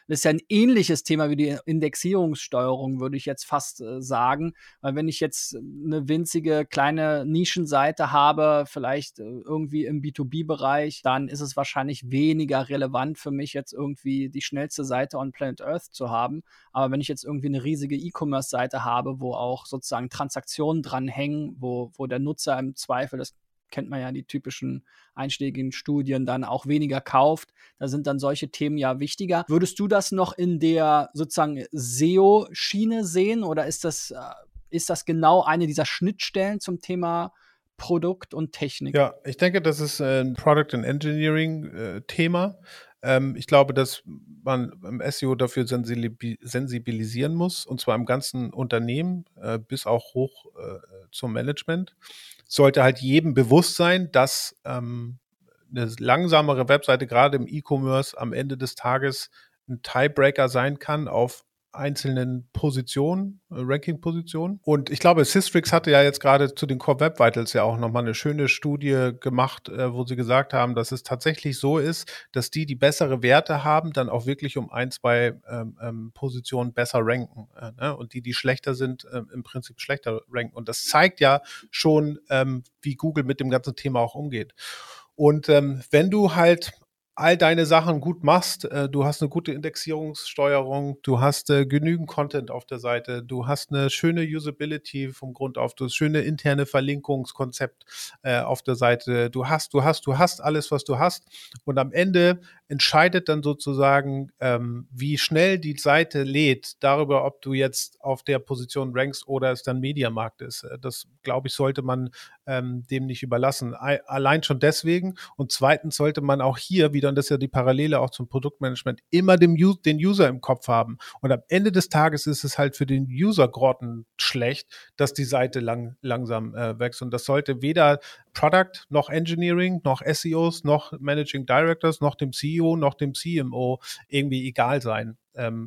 das ist ja ein ähnliches Thema wie die Indexierungssteuerung, würde ich jetzt fast sagen. Weil wenn ich jetzt eine winzige kleine Nischenseite habe, vielleicht irgendwie im B2B-Bereich, dann ist es wahrscheinlich weniger relevant für mich, jetzt irgendwie die schnellste Seite on Planet Earth zu haben. Aber wenn ich jetzt irgendwie eine riesige E-Commerce-Seite habe, wo auch sozusagen Transaktionen dranhängen, wo der Nutzer im Zweifel, das kennt man ja, die typischen einschlägigen Studien, dann auch weniger kauft. Da sind dann solche Themen ja wichtiger. Würdest du das noch in der sozusagen SEO-Schiene sehen oder ist das genau eine dieser Schnittstellen zum Thema Produkt und Technik? Ja, ich denke, das ist ein Product and Engineering Thema. Ich glaube, dass man im SEO dafür sensibilisieren muss, und zwar im ganzen Unternehmen bis auch hoch zum Management. Sollte halt jedem bewusst sein, dass eine langsamere Webseite gerade im E-Commerce am Ende des Tages ein Tiebreaker sein kann auf einzelnen Positionen, Ranking-Positionen. Und ich glaube, Systrix hatte ja jetzt gerade zu den Core Web Vitals ja auch nochmal eine schöne Studie gemacht, wo sie gesagt haben, dass es tatsächlich so ist, dass die bessere Werte haben, dann auch wirklich um 1, 2 Positionen besser ranken. Ne? Und die schlechter sind, im Prinzip schlechter ranken. Und das zeigt ja schon, wie Google mit dem ganzen Thema auch umgeht. Und wenn du halt all deine Sachen gut machst, du hast eine gute Indexierungssteuerung, du hast genügend Content auf der Seite, du hast eine schöne Usability vom Grund auf, du hast schöne interne Verlinkungskonzept auf der Seite, du hast alles, was du hast, und am Ende entscheidet dann sozusagen, wie schnell die Seite lädt, darüber, ob du jetzt auf der Position rankst oder es dann Mediamarkt ist. Das, glaube ich, sollte man dem nicht überlassen. Allein schon deswegen, und zweitens sollte man auch hier wieder, und das ist ja die Parallele auch zum Produktmanagement, immer den User im Kopf haben. Und am Ende des Tages ist es halt für den User grottenschlecht, dass die Seite langsam wächst. Und das sollte weder Product noch Engineering noch SEOs noch Managing Directors noch dem CEO noch dem CMO irgendwie egal sein.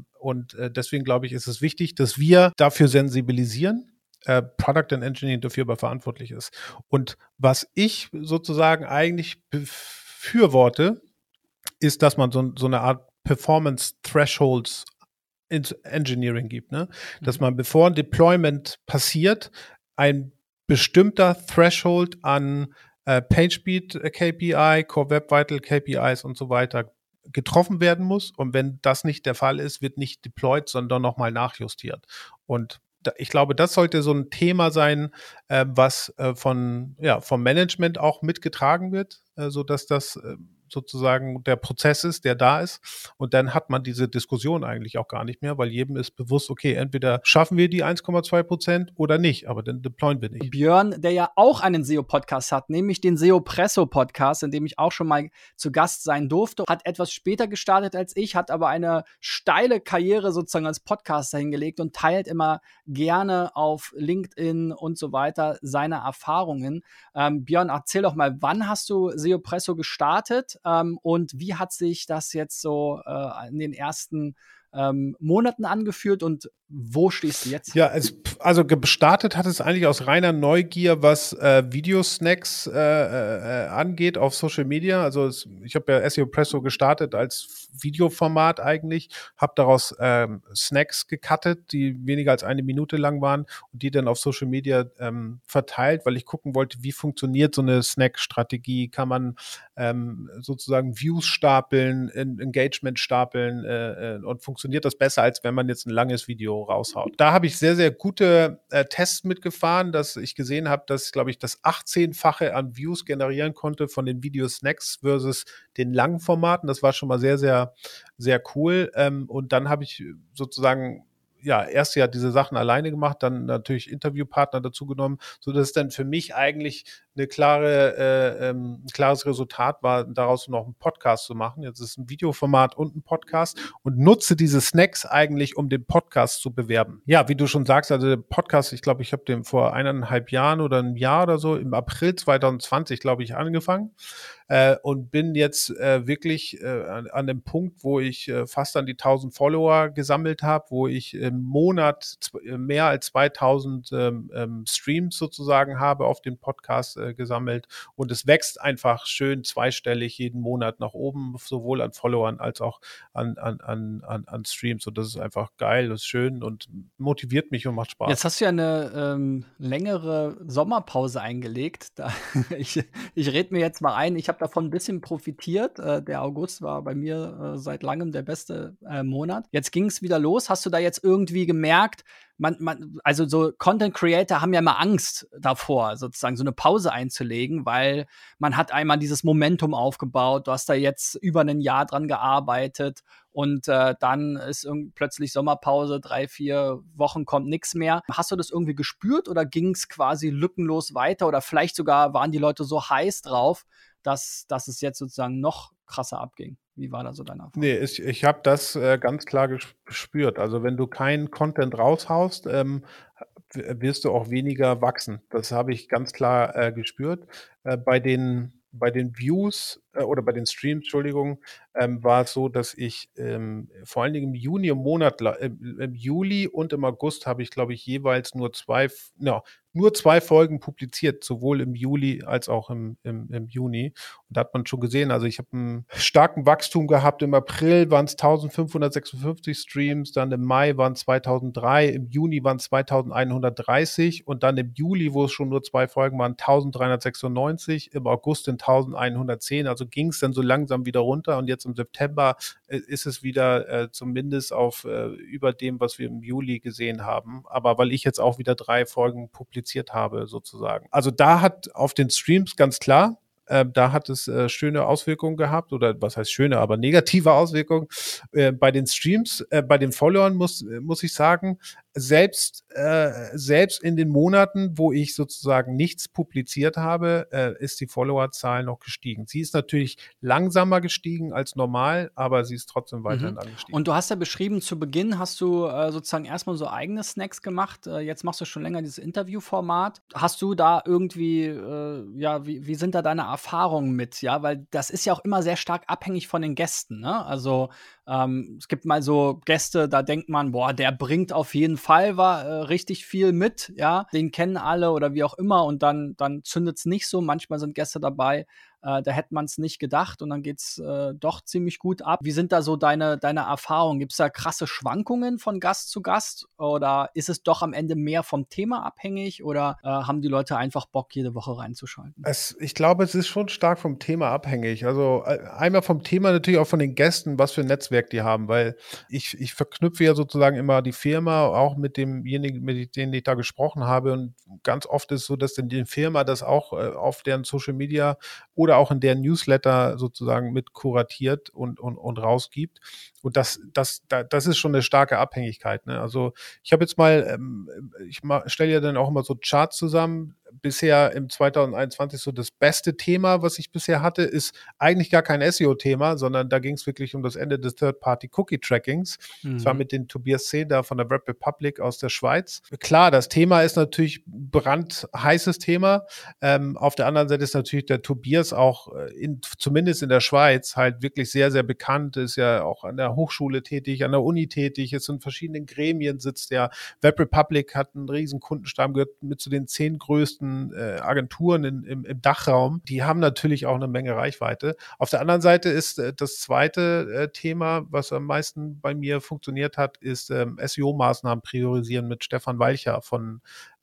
Deswegen glaube ich, ist es wichtig, dass wir dafür sensibilisieren, Product and Engineering dafür aber verantwortlich ist. Und was ich sozusagen eigentlich befürworte, ist, dass man so eine Art Performance Thresholds ins Engineering gibt, ne? Dass man, bevor ein Deployment passiert, ein bestimmter Threshold an PageSpeed KPI, Core Web Vital KPIs und so weiter getroffen werden muss. Und wenn das nicht der Fall ist, wird nicht deployed, sondern nochmal nachjustiert. Und ich glaube, das sollte so ein Thema sein, was vom Management auch mitgetragen wird, sodass das sozusagen der Prozess ist, der da ist. Und dann hat man diese Diskussion eigentlich auch gar nicht mehr, weil jedem ist bewusst, okay, entweder schaffen wir die 1,2% oder nicht, aber dann deployen wir nicht. Björn, der ja auch einen SEO-Podcast hat, nämlich den SEO-Presso-Podcast, in dem ich auch schon mal zu Gast sein durfte, hat etwas später gestartet als ich, hat aber eine steile Karriere sozusagen als Podcaster hingelegt und teilt immer gerne auf LinkedIn und so weiter seine Erfahrungen. Björn, erzähl doch mal, wann hast du SEO Presso gestartet und wie hat sich das jetzt so in den ersten Monaten angefühlt und wo stehst du jetzt? Ja, also gestartet hat es eigentlich aus reiner Neugier, was Videosnacks angeht auf Social Media. Also ich habe ja SEO Presso gestartet als Videoformat eigentlich, habe daraus Snacks gecuttet, die weniger als 1 Minute lang waren und die dann auf Social Media verteilt, weil ich gucken wollte, wie funktioniert so eine Snack-Strategie. Kann man sozusagen Views stapeln, Engagement stapeln und funktioniert das besser, als wenn man jetzt ein langes Video raushaut. Da habe ich sehr, sehr gute Tests mitgefahren, dass ich gesehen habe, dass, glaube ich, das 18-fache an Views generieren konnte von den Video-Snacks versus den langen Formaten. Das war schon mal sehr, sehr, sehr cool. Und dann habe ich sozusagen erst diese Sachen alleine gemacht, dann natürlich Interviewpartner dazu genommen, sodass es dann für mich eigentlich ein klares Resultat war, daraus noch einen Podcast zu machen. Jetzt ist es ein Videoformat und ein Podcast und nutze diese Snacks eigentlich, um den Podcast zu bewerben. Ja, wie du schon sagst, also der Podcast, ich glaube, ich habe den vor 1,5 Jahren oder einem Jahr oder so, im April 2020, glaube ich, angefangen. Und bin jetzt wirklich an dem Punkt, wo ich fast an die 1000 Follower gesammelt habe, wo ich im Monat mehr als 2000 Streams sozusagen habe auf dem Podcast gesammelt und es wächst einfach schön zweistellig jeden Monat nach oben, sowohl an Followern als auch an Streams und das ist einfach geil, das ist schön und motiviert mich und macht Jetzt Spaß. hast du ja eine längere Sommerpause eingelegt. Da ich rede mir jetzt mal ein, ich habe davon ein bisschen profitiert. Der August war bei mir, seit Langem der beste, Monat. Jetzt ging es wieder los. Hast du da jetzt irgendwie gemerkt, also, so Content Creator haben ja immer Angst davor, sozusagen so eine Pause einzulegen, weil man hat einmal dieses Momentum aufgebaut. Du hast da jetzt über ein Jahr dran gearbeitet und, dann ist plötzlich Sommerpause, 3, 4 Wochen kommt nix mehr. Hast du das irgendwie gespürt oder ging's quasi lückenlos weiter oder vielleicht sogar waren die Leute so heiß drauf, dass es jetzt sozusagen noch krasser abging? Wie war da so deine Erfahrung? Ne, ich habe das, ganz klar gespürt. Also, wenn du keinen Content raushaust, wirst du auch weniger wachsen. Das habe ich ganz klar, gespürt. Bei den Views, oder bei den Streams, Entschuldigung, war es so, dass ich, vor allen Dingen im Juni im Monat im Juli und im August habe ich, glaube ich, jeweils nur 2 Folgen publiziert, sowohl im Juli als auch im Juni. Und da hat man schon gesehen, also ich habe einen starken Wachstum gehabt. Im April waren es 1556 Streams, dann im Mai waren es 2003, im Juni waren es 2130 und dann im Juli, wo es schon nur 2 Folgen waren, 1396, im August sind 1110. Also ging es dann so langsam wieder runter und jetzt im September ist es wieder zumindest auf über dem, was wir im Juli gesehen haben. Aber weil ich jetzt auch wieder 3 Folgen publiziert habe, sozusagen. Also da hat auf den Streams ganz klar, da hat es schöne Auswirkungen gehabt oder was heißt schöne, aber negative Auswirkungen. Bei den Streams, bei den Followern muss ich sagen, selbst in den Monaten, wo ich sozusagen nichts publiziert habe, ist die Followerzahl noch gestiegen. Sie ist natürlich langsamer gestiegen als normal, aber sie ist trotzdem Mhm. weiterhin angestiegen. Und du hast ja beschrieben, zu Beginn hast du, sozusagen erst mal so eigene Snacks gemacht. Jetzt machst du schon länger dieses Interviewformat. Hast du da irgendwie, ja, wie sind da deine Erfahrungen mit? Ja, weil das ist ja auch immer sehr stark abhängig von den Gästen, ne? Also, es gibt mal so Gäste, da denkt man: „Boah, der bringt auf jeden Fall richtig viel mit“, ja? Den kennen alle oder wie auch immer und dann zündet's nicht so. Manchmal sind Gäste dabei, da hätte man es nicht gedacht und dann geht's, doch ziemlich gut ab. Wie sind da so deine Erfahrungen? Gibt's da krasse Schwankungen von Gast zu Gast oder ist es doch am Ende mehr vom Thema abhängig oder, haben die Leute einfach Bock, jede Woche reinzuschalten? Ich glaube, es ist schon stark vom Thema abhängig. Also, einmal vom Thema, natürlich auch von den Gästen, was für 'n Netzwerk die haben, weil ich verknüpfe ja sozusagen immer die Firma auch mit demjenigen, mit dem ich da gesprochen habe. Und ganz oft ist es so, dass dann die Firma das auch, auf deren Social Media oder auch in deren Newsletter sozusagen mit kuratiert und rausgibt. Und das ist schon eine starke Abhängigkeit, ne? Also, ich habe jetzt mal, ich stelle ja dann auch immer so Charts zusammen. Bisher im 2021 so das beste Thema, was ich bisher hatte, ist eigentlich gar kein SEO-Thema, sondern da ging es wirklich um das Ende des Third-Party-Cookie-Trackings. Das war Mhm. mit den Tobias Zehnder von der Web Republic aus der Schweiz. Klar, das Thema ist natürlich brandheißes Thema. Auf der anderen Seite ist natürlich der Tobias auch zumindest in der Schweiz halt wirklich sehr, sehr bekannt, ist ja auch an der Hochschule tätig, an der Uni tätig, ist in verschiedenen Gremien sitzt der. Web Republic hat einen riesen Kundenstamm, gehört mit zu den 10 größten Agenturen im Dachraum. Die haben natürlich auch eine Menge Reichweite. Auf der anderen Seite ist das zweite Thema, was am meisten bei mir funktioniert hat, ist SEO-Maßnahmen priorisieren mit Stefan Walcher von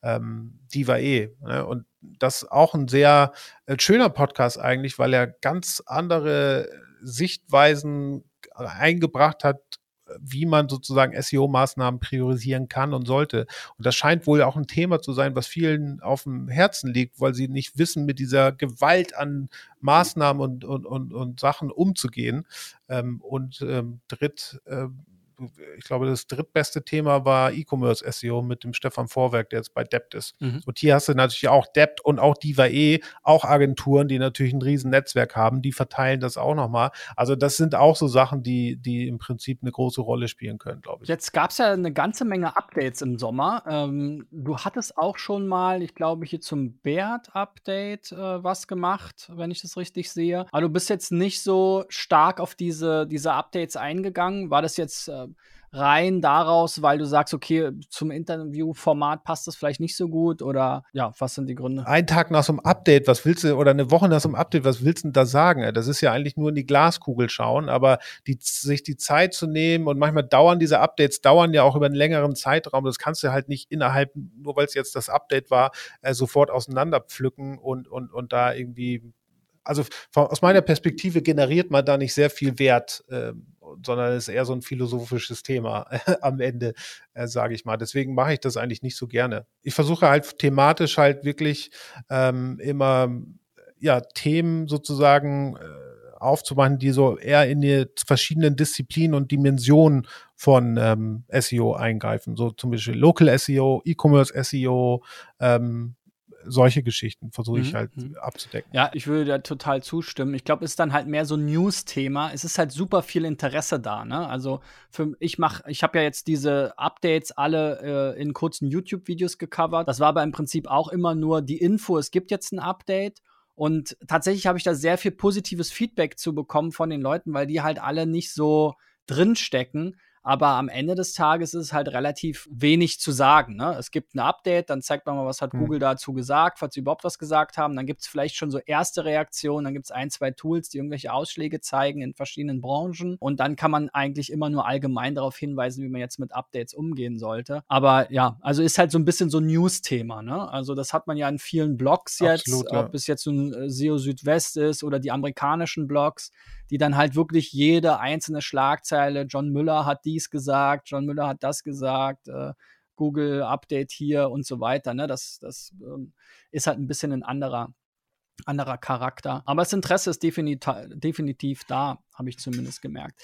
Diva.E. Ne? Und das ist auch ein sehr schöner Podcast eigentlich, weil er ganz andere Sichtweisen eingebracht hat, wie man sozusagen SEO-Maßnahmen priorisieren kann und sollte. Und das scheint wohl auch ein Thema zu sein, was vielen auf dem Herzen liegt, weil sie nicht wissen, mit dieser Gewalt an Maßnahmen und Sachen umzugehen. Ich glaube, das drittbeste Thema war E-Commerce SEO mit dem Stefan Vorwerk, der jetzt bei Dept ist. Mhm. Und hier hast du natürlich auch Dept und auch Diva.E, auch Agenturen, die natürlich ein riesen Netzwerk haben, die verteilen das auch nochmal. Also das sind auch so Sachen, die im Prinzip eine große Rolle spielen können, glaube ich. Jetzt gab's ja eine ganze Menge Updates im Sommer. Du hattest auch schon mal, ich glaube, hier zum Bert-Update, was gemacht, wenn ich das richtig sehe. Aber du bist jetzt nicht so stark auf diese Updates eingegangen. War das jetzt, rein daraus, weil du sagst, okay, zum Interviewformat passt das vielleicht nicht so gut oder ja, was sind die Gründe? Einen Tag nach so einem Update, was willst du, oder eine Woche nach so einem Update, was willst du denn da sagen? Das ist ja eigentlich nur in die Glaskugel schauen, aber sich die Zeit zu nehmen, und manchmal dauern diese Updates, dauern ja auch über einen längeren Zeitraum, das kannst du halt nicht innerhalb, nur weil es jetzt das Update war, sofort auseinanderpflücken und da irgendwie, also aus meiner Perspektive generiert man da nicht sehr viel Wert, sondern es ist eher so ein philosophisches Thema am Ende, sage ich mal. Deswegen mache ich das eigentlich nicht so gerne. Ich versuche halt thematisch halt wirklich immer ja, Themen sozusagen aufzumachen, die so eher in die verschiedenen Disziplinen und Dimensionen von SEO eingreifen. So zum Beispiel Local SEO, E-Commerce SEO, solche Geschichten versuche ich halt abzudecken. Ja, ich würde da total zustimmen. Ich glaube, es ist dann halt mehr so ein News-Thema. Es ist halt super viel Interesse da, ne? Also, ich habe ja jetzt diese Updates alle in kurzen YouTube-Videos gecovert. Das war aber im Prinzip auch immer nur die Info, es gibt jetzt ein Update. Und tatsächlich habe ich da sehr viel positives Feedback zu bekommen von den Leuten, weil die halt alle nicht so drinstecken. Aber am Ende des Tages ist es halt relativ wenig zu sagen, ne? Es gibt ein Update, dann zeigt man mal, was hat Google dazu gesagt, falls sie überhaupt was gesagt haben. Dann gibt es vielleicht schon so erste Reaktionen, dann gibt es 1, 2 Tools, die irgendwelche Ausschläge zeigen in verschiedenen Branchen. Und dann kann man eigentlich immer nur allgemein darauf hinweisen, wie man jetzt mit Updates umgehen sollte. Aber ja, also ist halt so ein bisschen so ein News-Thema, ne? Also das hat man ja in vielen Blogs jetzt, Absolut, ja. ob es jetzt so ein SEO Südwest ist oder die amerikanischen Blogs, die dann halt wirklich jede einzelne Schlagzeile, John Müller hat dies gesagt, John Müller hat das gesagt, Google Update hier und so weiter. Ne? Das ist halt ein bisschen ein anderer Charakter. Aber das Interesse ist definitiv da, habe ich zumindest gemerkt.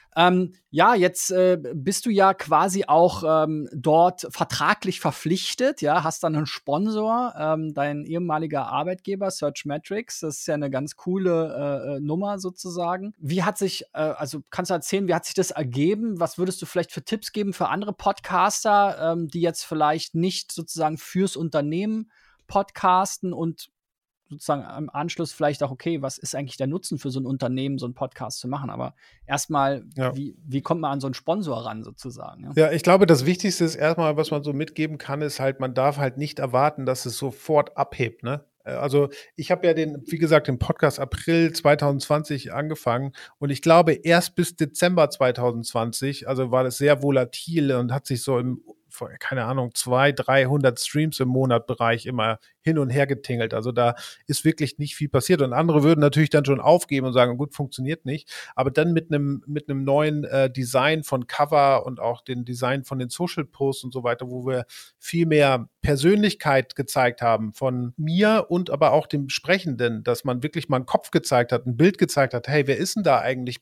Ja, jetzt bist du ja quasi auch dort vertraglich verpflichtet, ja, hast dann einen Sponsor, dein ehemaliger Arbeitgeber, Searchmetrics. Das ist ja eine ganz coole Nummer sozusagen. Wie hat sich, also kannst du erzählen, wie hat sich das ergeben? Was würdest du vielleicht für Tipps geben für andere Podcaster, die jetzt vielleicht nicht sozusagen fürs Unternehmen podcasten und sozusagen im Anschluss vielleicht auch, okay, was ist eigentlich der Nutzen für so ein Unternehmen, so einen Podcast zu machen? Aber erstmal, Ja. wie kommt man an so einen Sponsor ran sozusagen? Ja? Ja, ich glaube, das Wichtigste ist erstmal, was man so mitgeben kann, ist halt, man darf halt nicht erwarten, dass es sofort abhebt, ne? Also ich habe ja wie gesagt, den Podcast April 2020 angefangen, und ich glaube, erst bis Dezember 2020, also war das sehr volatil und hat sich so keine Ahnung, 200, 300 Streams im Monat Bereich immer hin und her getingelt. Also da ist wirklich nicht viel passiert, und andere würden natürlich dann schon aufgeben und sagen, gut, funktioniert nicht. Aber dann mit einem neuen Design von Cover und auch den Design von den Social Posts und so weiter, wo wir viel mehr Persönlichkeit gezeigt haben von mir und aber auch dem Sprechenden, dass man wirklich mal einen Kopf gezeigt hat, ein Bild gezeigt hat, hey, wer ist denn da eigentlich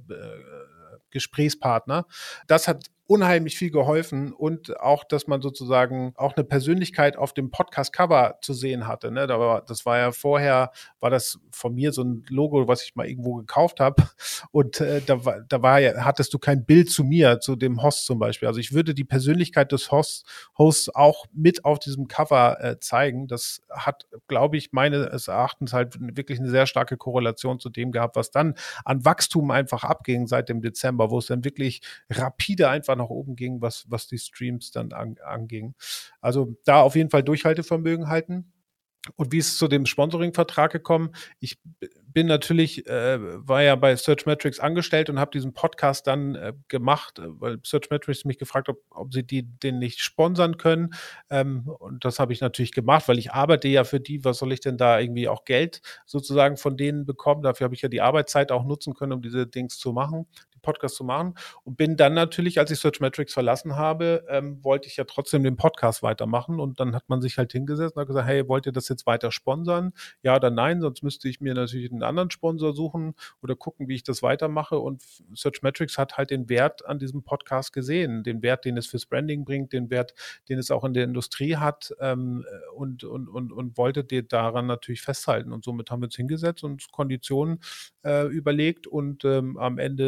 Gesprächspartner? Das hat unheimlich viel geholfen, und auch, dass man sozusagen auch eine Persönlichkeit auf dem Podcast-Cover zu sehen hatte. Ne? Das war ja vorher, war das von mir so ein Logo, was ich mal irgendwo gekauft habe, und hattest du kein Bild zu mir, zu dem Host zum Beispiel. Also ich würde die Persönlichkeit des Hosts auch mit auf diesem Cover zeigen. Das hat, glaube ich, meines Erachtens halt wirklich eine sehr starke Korrelation zu dem gehabt, was dann an Wachstum einfach abging seit dem Dezember, wo es dann wirklich rapide einfach nach oben ging, was die Streams dann anging. Also da auf jeden Fall Durchhaltevermögen halten. Und wie ist es zu dem Sponsoring-Vertrag gekommen? Ich bin natürlich, war ja bei Searchmetrics angestellt und habe diesen Podcast dann gemacht, weil Searchmetrics mich gefragt hat, ob sie den nicht sponsern können. Und das habe ich natürlich gemacht, weil ich arbeite ja für die. Was soll ich denn da irgendwie auch Geld sozusagen von denen bekommen? Dafür habe ich ja die Arbeitszeit auch nutzen können, um diese Dings zu machen, die Podcasts zu machen. Und bin dann natürlich, als ich Searchmetrics verlassen habe, wollte ich ja trotzdem den Podcast weitermachen. Und dann hat man sich halt hingesetzt und hat gesagt, hey, wollt ihr das jetzt weiter sponsern? Ja oder nein? Sonst müsste ich mir natürlich einen anderen Sponsor suchen oder gucken, wie ich das weitermache. Und Searchmetrics hat halt den Wert an diesem Podcast gesehen, den Wert, den es fürs Branding bringt, den Wert, den es auch in der Industrie hat, und wollte daran natürlich festhalten. Und somit haben wir uns hingesetzt und Konditionen überlegt und am Ende dann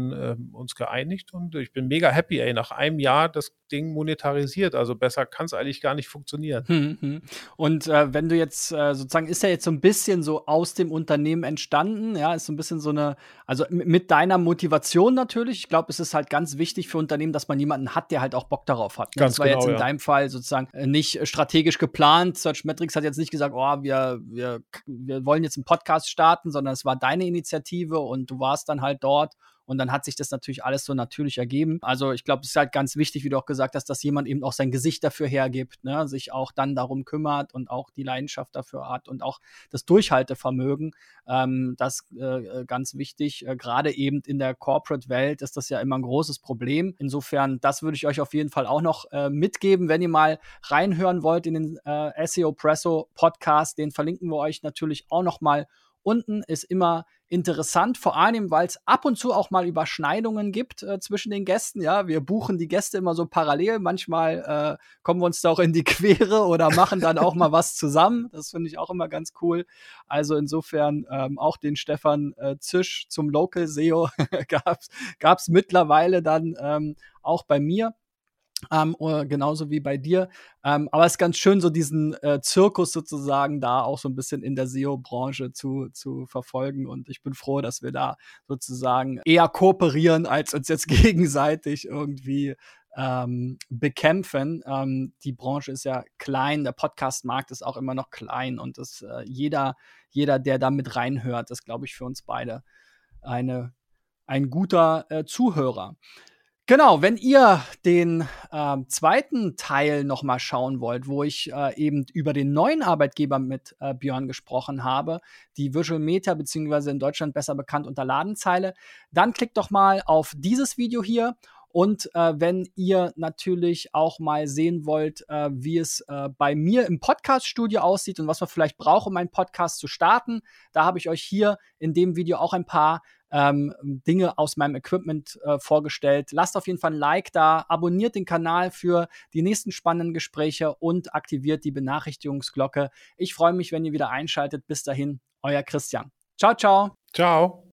uns geeinigt und ich bin mega happy, ey, nach einem Jahr das Ding monetarisiert. Also besser kann es eigentlich gar nicht funktionieren. Und wenn du jetzt sozusagen, ist ja jetzt so ein bisschen so aus dem Unternehmen entstanden, ja, ist so ein bisschen so eine, also mit deiner Motivation natürlich. Ich glaube, es ist halt ganz wichtig für Unternehmen, dass man jemanden hat, der halt auch Bock darauf hat. Ne? Ganz Das war jetzt genau, in deinem Fall sozusagen nicht strategisch geplant. Searchmetrics hat jetzt nicht gesagt, oh, wir wollen jetzt einen Podcast starten, sondern es war deine Initiative und du warst dann halt dort. Und dann hat sich das natürlich alles so natürlich ergeben. Also ich glaube, es ist halt ganz wichtig, wie du auch gesagt hast, dass jemand eben auch sein Gesicht dafür hergibt, ne? Sich auch dann darum kümmert und auch die Leidenschaft dafür hat und auch das Durchhaltevermögen. Das ganz wichtig. Gerade eben in der Corporate-Welt ist das ja immer ein großes Problem. Insofern, das würde ich euch auf jeden Fall auch noch mitgeben, wenn ihr mal reinhören wollt in den SEO Presso Podcast. Den verlinken wir euch natürlich auch noch mal unten. Ist immer interessant, vor allem, weil es ab und zu auch mal Überschneidungen gibt zwischen den Gästen. Ja, wir buchen die Gäste immer so parallel. Manchmal kommen wir uns da auch in die Quere oder machen dann auch mal was zusammen. Das finde ich auch immer ganz cool. Also insofern auch den Stefan Zisch zum Local SEO gab's mittlerweile dann auch bei mir. Genauso wie bei dir. Aber es ist ganz schön, so diesen Zirkus sozusagen da auch so ein bisschen in der SEO-Branche zu verfolgen. Und ich bin froh, dass wir da sozusagen eher kooperieren, als uns jetzt gegenseitig irgendwie bekämpfen. Die Branche ist ja klein, der Podcast-Markt ist auch immer noch klein und das, jeder, der da mit reinhört, ist, glaube ich, für uns beide ein guter Zuhörer. Genau, wenn ihr den zweiten Teil noch mal schauen wollt, wo ich eben über den neuen Arbeitgeber mit Björn gesprochen habe, die Visual Meta, beziehungsweise in Deutschland besser bekannt unter Ladenzeile, dann klickt doch mal auf dieses Video hier. Und wenn ihr natürlich auch mal sehen wollt, wie es bei mir im Podcast-Studio aussieht und was man vielleicht braucht, um einen Podcast zu starten, da habe ich euch hier in dem Video auch ein paar Dinge aus meinem Equipment vorgestellt. Lasst auf jeden Fall ein Like da, abonniert den Kanal für die nächsten spannenden Gespräche und aktiviert die Benachrichtigungsglocke. Ich freue mich, wenn ihr wieder einschaltet. Bis dahin, euer Christian. Ciao, ciao. Ciao.